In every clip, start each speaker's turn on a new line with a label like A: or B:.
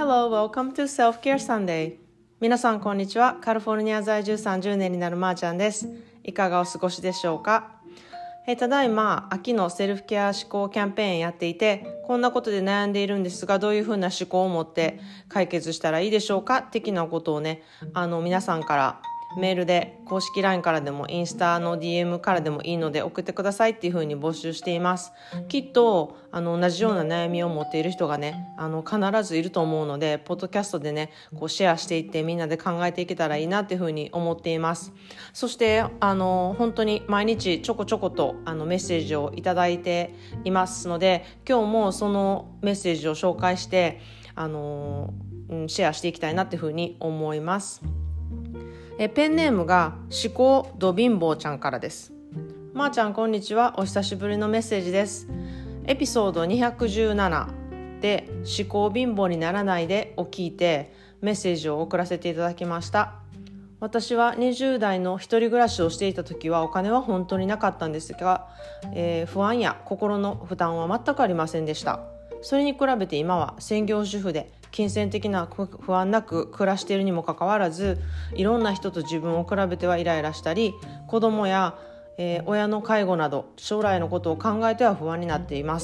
A: Hello, welcome to Self-Care Sunday. 皆さんこんにちは。カリフォルニア在住30年になるまーちゃんです。いかがお過ごしでしょうか。ただいま秋のセルフケア思考キャンペーンやっていて、こんなことで悩んでいるんですが、どういうふうな思考を持って解決したらいいでしょうか的なことをね、皆さんからメールで、公式 LINE からでもインスタの DM からでもいいので送ってくださいっていうふうに募集しています。きっと同じような悩みを持っている人がね必ずいると思うので、ポッドキャストでねシェアしていってみんなで考えていけたらいいなっていうふうに思っています。そして本当に毎日ちょこちょことメッセージをいただいていますので、今日もそのメッセージを紹介してシェアしていきたいなっていうふうに思います。ペンネームが思考ど貧乏ちゃんからです。まーちゃんこんにちは、お久しぶりのメッセージです。エピソード217で思考貧乏にならないでを聞いてメッセージを送らせていただきました。私は20代の一人暮らしをしていた時はお金は本当になかったんですが、不安や心の負担は全くありませんでした。それに比べて今は専業主婦で金銭的な不安なく暮らしているにもかかわらず、いろんな人と自分を比べてはイライラしたり、子供や、親の介護など将来のことを考えては不安になっています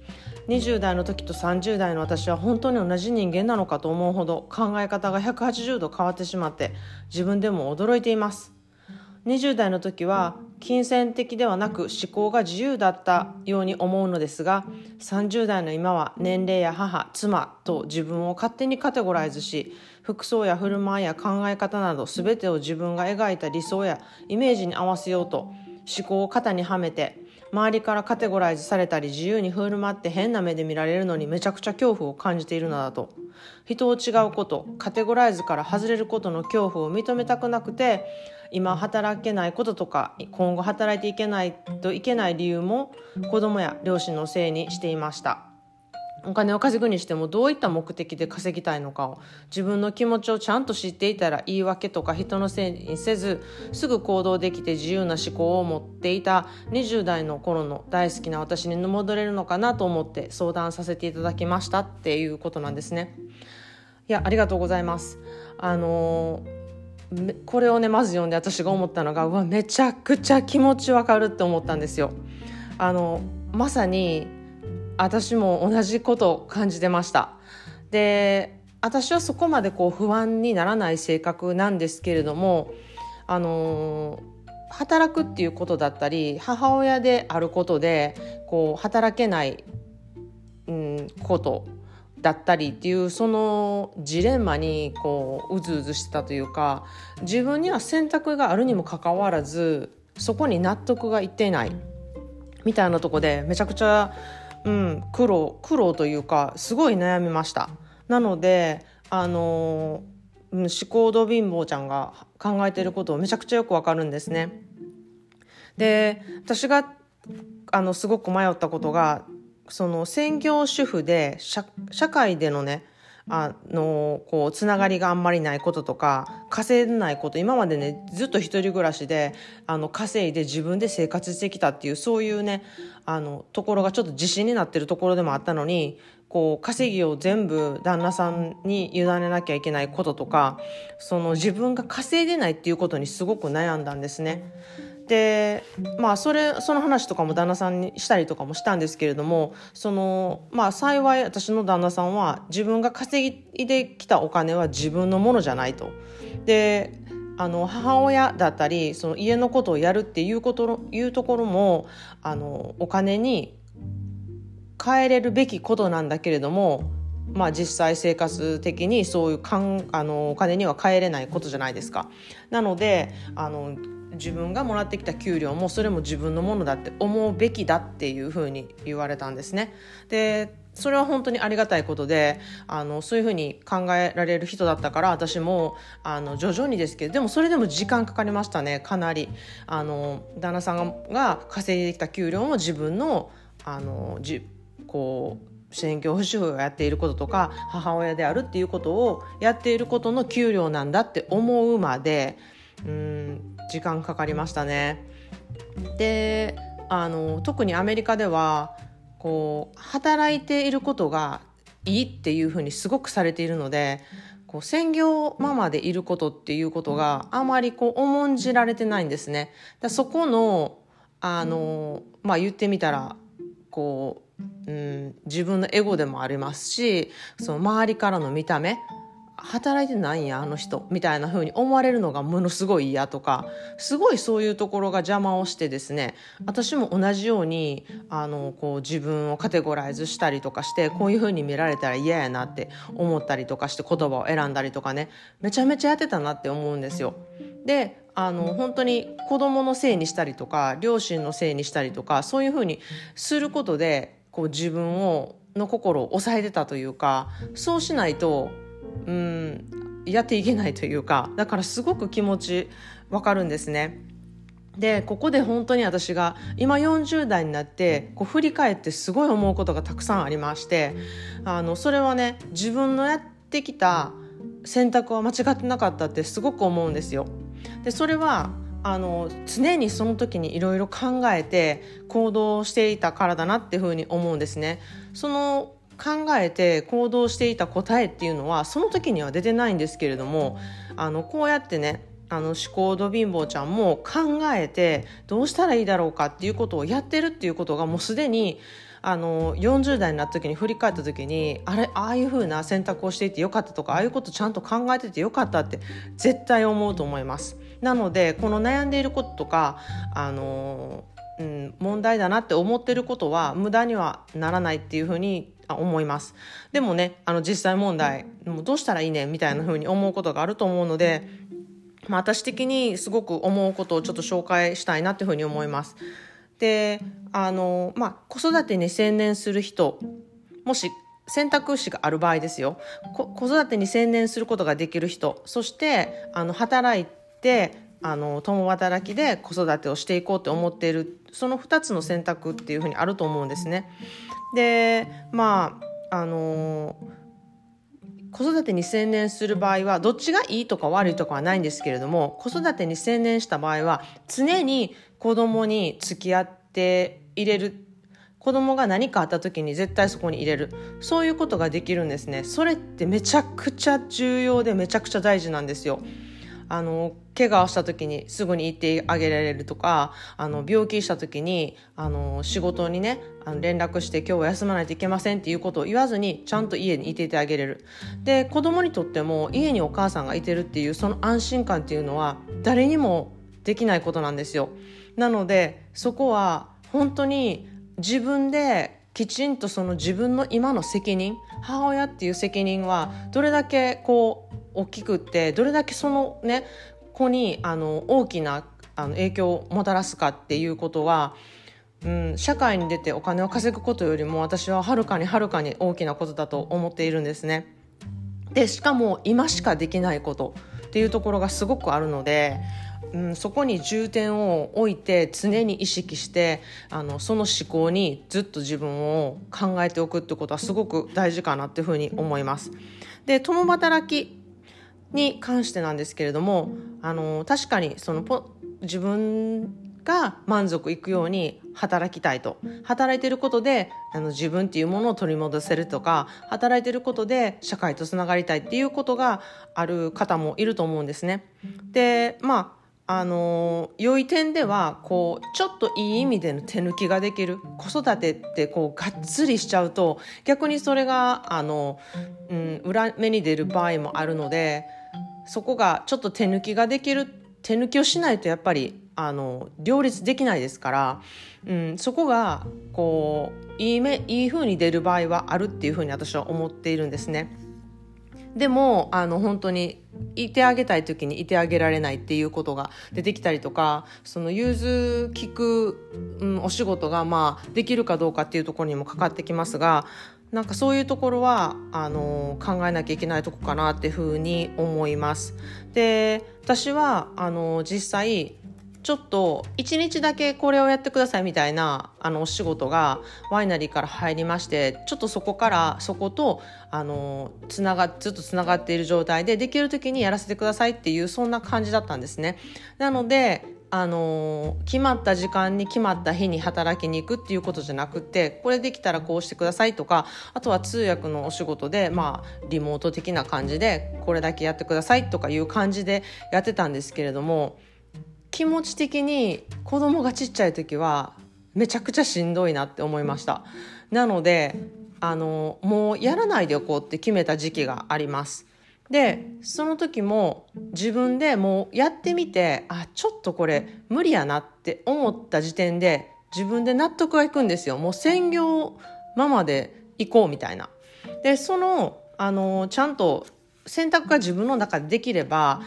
A: 。20代の時と30代の私は本当に同じ人間なのかと思うほど考え方が180度変わってしまって、自分でも驚いています。20代の時は金銭的ではなく思考が自由だったように思うのですが、30代の今は年齢や母、妻と自分を勝手にカテゴライズし、服装や振る舞いや考え方など全てを自分が描いた理想やイメージに合わせようと思考を型にはめて、周りからカテゴライズされたり自由に振る舞って変な目で見られるのにめちゃくちゃ恐怖を感じているのだと。人を違うこと、カテゴライズから外れることの恐怖を認めたくなくて、今働けないこととか今後働いていけないといけない理由も子供や両親のせいにしていました。お金を稼ぐにしてもどういった目的で稼ぎたいのかを自分の気持ちをちゃんと知っていたら、言い訳とか人のせいにせずすぐ行動できて自由な思考を持っていた20代の頃の大好きな私に戻れるのかなと思って相談させていただきましたっていうことなんですね。いや、ありがとうございます。これをねまず読んで私が思ったのが、めちゃくちゃ気持ちわかるって思ったんですよ。まさに私も同じことを感じてました。で、私はそこまで不安にならない性格なんですけれども、働くっていうことだったり母親であることで働けない、ことだったりっていうそのジレンマにうずうずしてたというか、自分には選択があるにもかかわらずそこに納得がいっていないみたいなとこでめちゃくちゃ苦労というかすごい悩みました。なので思考度貧乏ちゃんが考えていることをめちゃくちゃよくわかるんですね。で、私がすごく迷ったことが、その専業主婦で社会でのねつながりがあんまりないこととか稼いでないこと、今までねずっと一人暮らしで稼いで自分で生活してきたっていう、そういうねところがちょっと自信になってるところでもあったのに、稼ぎを全部旦那さんに委ねなきゃいけないこととか、その自分が稼いでないっていうことにすごく悩んだんですね。で、その話とかも旦那さんにしたりとかもしたんですけれども、幸い私の旦那さんは自分が稼いできたお金は自分のものじゃないと。で、母親だったりその家のことをやるっていうところもお金に変えれるべきことなんだけれども、実際生活的にそういうお金には変えれないことじゃないですか。なので自分がもらってきた給料もそれも自分のものだって思うべきだっていうふうに言われたんですね。で、それは本当にありがたいことでそういうふうに考えられる人だったから、私も徐々にですけど、でもそれでも時間かかりましたね。かなり旦那さんが稼いできた給料も自分の専業主婦がやっていることとか母親であるっていうことをやっていることの給料なんだって思うまで時間かかりましたね。で、特にアメリカでは働いていることがいいっていうふうにすごくされているので、こう専業ママでいることっていうことがあまりこう重んじられてないんですね。そこの言ってみたらこう、自分のエゴでもありますし、その周りからの見た目、働いてないんやあの人みたいな風に思われるのがものすごい嫌とか、すごいそういうところが邪魔をしてですね、私も同じようにこう自分をカテゴライズしたりとかして、こういう風に見られたら嫌やなって思ったりとかして言葉を選んだりとかね、めちゃめちゃやってたなって思うんですよ。で本当に子供のせいにしたりとか両親のせいにしたりとか、そういう風にすることでこう自分の心を抑えてたというか、そうしないとやっていけないというか、だからすごく気持ちわかるんですね。でここで本当に私が今40代になってこう振り返ってすごい思うことがたくさんありまして、それはね、自分のやってきた選択は間違ってなかったってすごく思うんですよ。でそれは常にその時にいろいろ考えて行動していたからだなっていうふうに思うんですね。その考えて行動していた答えっていうのはその時には出てないんですけれども、こうやってね、思考度貧乏ちゃんも考えてどうしたらいいだろうかっていうことをやってるっていうことが、もうすでに40代になった時に振り返った時に、ああいう風な選択をしていてよかったとか、ああいうことちゃんと考えててよかったって絶対思うと思います。なのでこの悩んでいることとか問題だなって思ってることは無駄にはならないっていうふうに思います。でもね、実際問題もうどうしたらいいねみたいなふうに思うことがあると思うので、私的にすごく思うことをちょっと紹介したいなっていうふうに思います。で子育てに専念する人、もし選択肢がある場合ですよ、子育てに専念することができる人、そして働いて共働きで子育てをしていこうと思っている、その2つの選択っていうふうにあると思うんですね。で子育てに専念する場合はどっちがいいとか悪いとかはないんですけれども、子育てに専念した場合は常に子供に付き合っていれる、子供が何かあった時に絶対そこに入れる、そういうことができるんですね。それってめちゃくちゃ重要でめちゃくちゃ大事なんですよ。怪我をした時にすぐに行ってあげられるとか、病気した時に仕事にね連絡して今日は休まないといけませんっていうことを言わずにちゃんと家にいていてあげれる。で子供にとっても家にお母さんがいてるっていうその安心感っていうのは誰にもできないことなんですよ。なのでそこは本当に自分できちんとその自分の今の責任、母親っていう責任はどれだけこう大きくって、どれだけそのね子に大きな影響をもたらすかっていうことは、社会に出てお金を稼ぐことよりも私ははるかに大きなことだと思っているんですね。でしかも今しかできないことっていうところがすごくあるので、そこに重点を置いて常に意識してその思考にずっと自分を考えておくってことはすごく大事かなっていうふうに思います。で共働きに関してなんですけれども、確かに自分が満足いくように働きたいと、働いていることで自分っていうものを取り戻せるとか、働いていることで社会とつながりたいっていうことがある方もいると思うんですね。で良い点ではちょっといい意味での手抜きができる。子育てってがっつりしちゃうと逆にそれが裏目に出る場合もあるので、そこがちょっと手抜きができる。手抜きをしないとやっぱり両立できないですから、そこがいい風に出る場合はあるっていう風に私は思っているんですね。でも本当にいてあげたい時にいてあげられないっていうことが出てきたりとか、その融通聞く、お仕事ができるかどうかっていうところにもかかってきますが、なんかそういうところは考えなきゃいけないところかなっていうふうに思います。で私は実際ちょっと1日だけこれをやってくださいみたいなお仕事がワイナリーから入りまして、ちょっとそことずっとつながっている状態でできる時にやらせてくださいっていうそんな感じだったんですね。なので決まった時間に決まった日に働きに行くっていうことじゃなくて、これできたらこうしてくださいとか、あとは通訳のお仕事でリモート的な感じでこれだけやってくださいとかいう感じでやってたんですけれども、気持ち的に子供がちっちゃい時はめちゃくちゃしんどいなって思いました。なのでもうやらないでおこうって決めた時期があります。でその時も自分でもうやってみて、ちょっとこれ無理やなって思った時点で自分で納得がいくんですよ。もう専業ママで行こうみたいな。でちゃんと選択が自分の中でできれば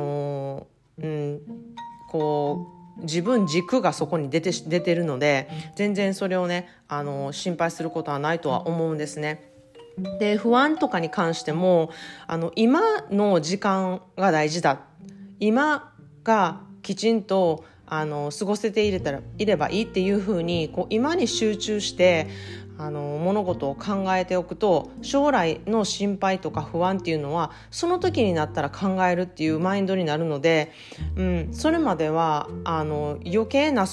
A: 自分軸がそこに出てるので、全然それをね心配することはないとは思うんですね。で不安とかに関しても今の時間が大事だ、今がきちんと過ごせていればいいっていう風に今に集中して物事を考えておくと、将来の心配とか不安っていうのはその時になったら考えるっていうマインドになるので、それまでは余計な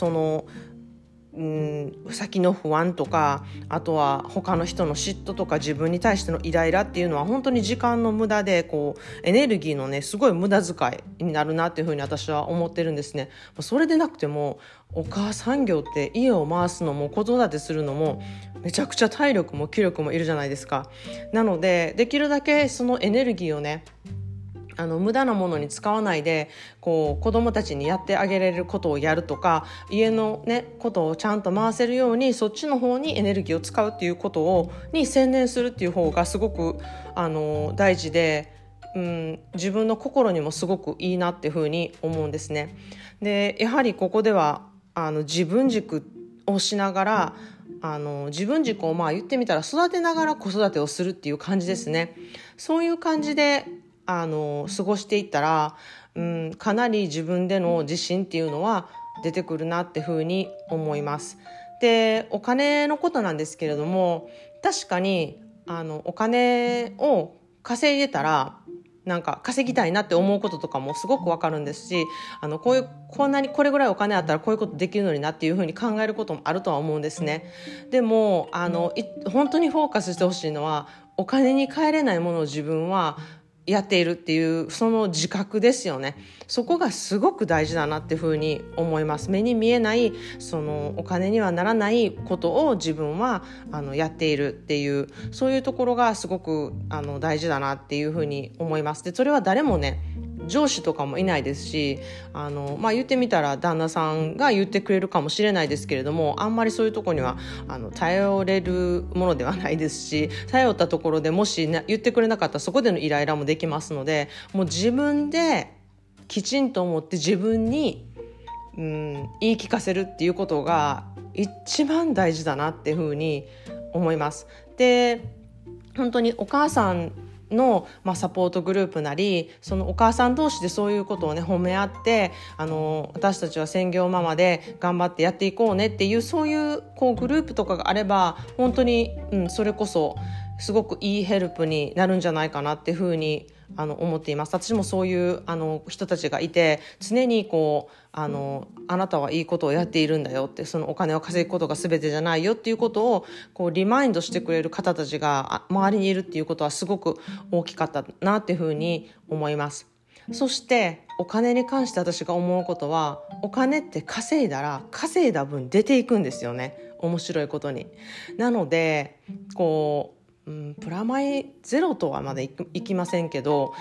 A: 先の不安とか、あとは他の人の嫉妬とか自分に対してのイライラっていうのは本当に時間の無駄でエネルギーのねすごい無駄遣いになるなっていうふうに私は思ってるんですね。それでなくてもお母さん業って家を回すのも子育てするのもめちゃくちゃ体力も気力もいるじゃないですか。なのでできるだけそのエネルギーをね無駄なものに使わないで子供たちにやってあげれることをやるとか、家のねことをちゃんと回せるようにそっちの方にエネルギーを使うっていうことに専念するっていう方がすごく大事で、自分の心にもすごくいいなっていうふうに思うんですね。でやはりここでは自分軸をしながら自分軸を言ってみたら育てながら子育てをするっていう感じですね。そういう感じで過ごしていったら、かなり自分での自信っていうのは出てくるなっていうふうに思います。でお金のことなんですけれども、確かにお金を稼いでたら稼ぎたいなって思うこととかもすごくわかるんですし、これぐらいお金あったらこういうことできるのになっていうふうに考えることもあるとは思うんですね。でも本当にフォーカスしてほしいのは、お金に換えれないものを自分はやっているっていうその自覚ですよね。そこがすごく大事だなっていうふうに思います。目に見えないそのお金にはならないことを自分はやっているっていう、そういうところがすごく大事だなっていうふうに思います。でそれは誰もね上司とかもいないですし、言ってみたら旦那さんが言ってくれるかもしれないですけれども、あんまりそういうところには頼れるものではないですし、頼ったところでもし、言ってくれなかったらそこでのイライラもできますので、もう自分できちんと思って自分に言い聞かせるっていうことが一番大事だなっていうふうに思います。で本当にお母さんの、サポートグループなり、そのお母さん同士でそういうことをね褒め合って、私たちは専業ママで頑張ってやっていこうねっていう、そういうグループとかがあれば本当に、それこそすごくいいヘルプになるんじゃないかなっていうふうに思っています。私もそういう人たちがいて、常にあなたはいいことをやっているんだよって、そのお金を稼ぐことが全てじゃないよっていうことをリマインドしてくれる方たちが周りにいるっていうことはすごく大きかったなっていうふうに思います。そしてお金に関して私が思うことは、お金って稼いだら稼いだ分出ていくんですよね、面白いことに。なのでプラマイゼロとはまだいきませんけど、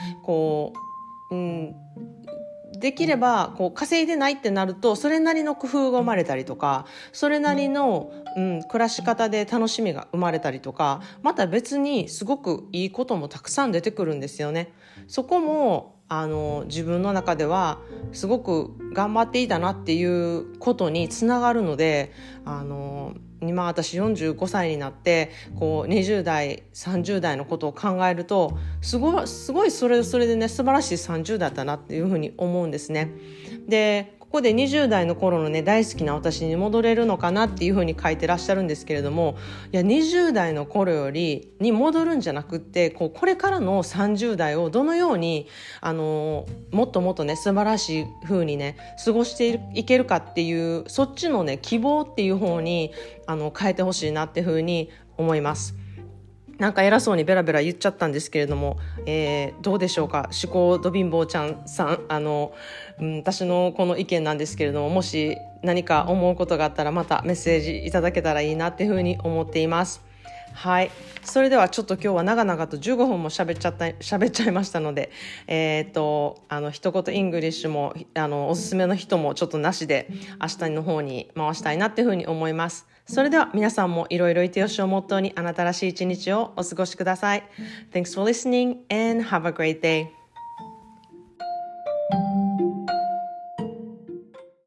A: できれば稼いでないってなるとそれなりの工夫が生まれたりとか、それなりの、暮らし方で楽しみが生まれたりとか、また別にすごくいいこともたくさん出てくるんですよね。そこも自分の中ではすごく頑張っていたなっていうことにつながるので、今私45歳になって20代30代のことを考えるとすごいそれでね素晴らしい30代だったなっていうふうに思うんですね。でこで20代の頃のね大好きな私に戻れるのかなっていうふうに書いてらっしゃるんですけれども、いや20代の頃よりに戻るんじゃなくって、これからの30代をどのようにもっともっとね素晴らしい風にね過ごしていけるかっていう、そっちのね希望っていう方に変えてほしいなっていう風に思います。なんか偉そうにベラベラ言っちゃったんですけれども、どうでしょうか。思考ど貧乏ちゃんさん、私のこの意見なんですけれども、もし何か思うことがあったらまたメッセージいただけたらいいなっていうふうに思っています。はい、それではちょっと今日は長々と15分も喋っちゃいましたので、一言イングリッシュもおすすめの人もちょっとなしで明日の方に回したいなっていうふうに思います。それでは皆さんもいろいろいてよしをモットーにあなたらしい一日をお過ごしください。Thanks for listening and have a great day.